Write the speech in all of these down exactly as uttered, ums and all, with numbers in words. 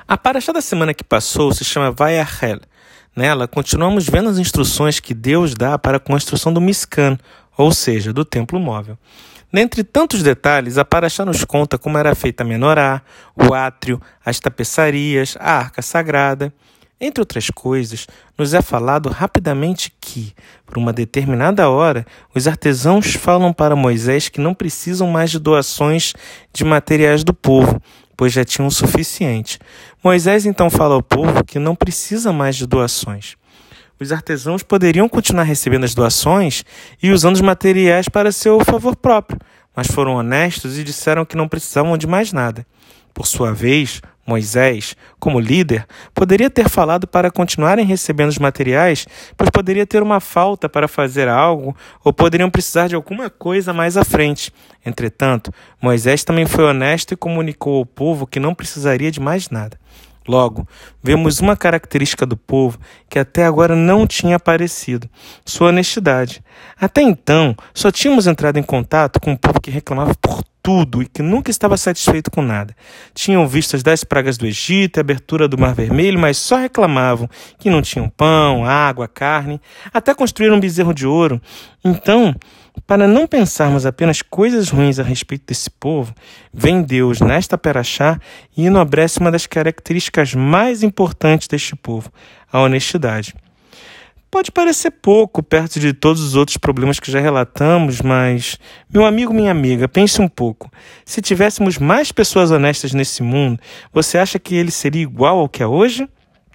A paraxá da semana que passou se chama Vayachel. Nela, continuamos vendo as instruções que Deus dá para a construção do Mishkan, ou seja, do templo móvel. Dentre tantos detalhes, a paraxá nos conta como era feita a menorá, o átrio, as tapeçarias, a arca sagrada. Entre outras coisas, nos é falado rapidamente que, por uma determinada hora, os artesãos falam para Moisés que não precisam mais de doações de materiais do povo, pois já tinham o suficiente. Moisés então fala ao povo que não precisa mais de doações. Os artesãos poderiam continuar recebendo as doações e usando os materiais para seu favor próprio, mas foram honestos e disseram que não precisavam de mais nada. Por sua vez, Moisés, como líder, poderia ter falado para continuarem recebendo os materiais, pois poderia ter uma falta para fazer algo ou poderiam precisar de alguma coisa mais à frente. Entretanto, Moisés também foi honesto e comunicou ao povo que não precisaria de mais nada. Logo, vemos uma característica do povo que até agora não tinha aparecido: sua honestidade. Até então, só tínhamos entrado em contato com um povo que reclamava por tudo e que nunca estava satisfeito com nada. Tinham visto as dez pragas do Egito e a abertura do Mar Vermelho, mas só reclamavam que não tinham pão, água, carne, até construíram um bezerro de ouro. Então, para não pensarmos apenas coisas ruins a respeito desse povo, vem Deus nesta paraxá e enobrece uma das características mais importantes deste povo, a honestidade. Pode parecer pouco perto de todos os outros problemas que já relatamos, mas, meu amigo, minha amiga, pense um pouco. Se tivéssemos mais pessoas honestas nesse mundo, você acha que ele seria igual ao que é hoje?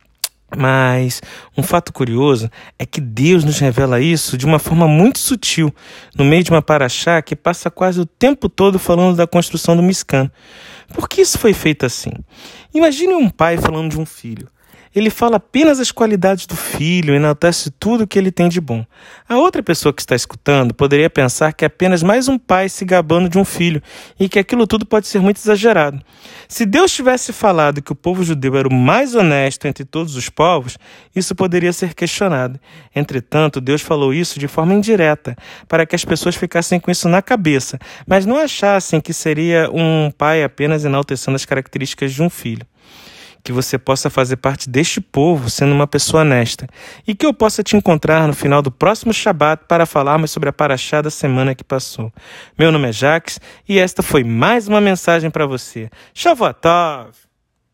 Mas um fato curioso é que Deus nos revela isso de uma forma muito sutil, no meio de uma paraxá que passa quase o tempo todo falando da construção do Mishkan. Por que isso foi feito assim? Imagine um pai falando de um filho. Ele fala apenas as qualidades do filho e enaltece tudo o que ele tem de bom. A outra pessoa que está escutando poderia pensar que é apenas mais um pai se gabando de um filho e que aquilo tudo pode ser muito exagerado. Se Deus tivesse falado que o povo judeu era o mais honesto entre todos os povos, isso poderia ser questionado. Entretanto, Deus falou isso de forma indireta, para que as pessoas ficassem com isso na cabeça, mas não achassem que seria um pai apenas enaltecendo as características de um filho. Que você possa fazer parte deste povo sendo uma pessoa honesta. E que eu possa te encontrar no final do próximo Shabat para falarmos sobre a paraxá da semana que passou. Meu nome é Jaques e esta foi mais uma mensagem para você. Shavuot Tov!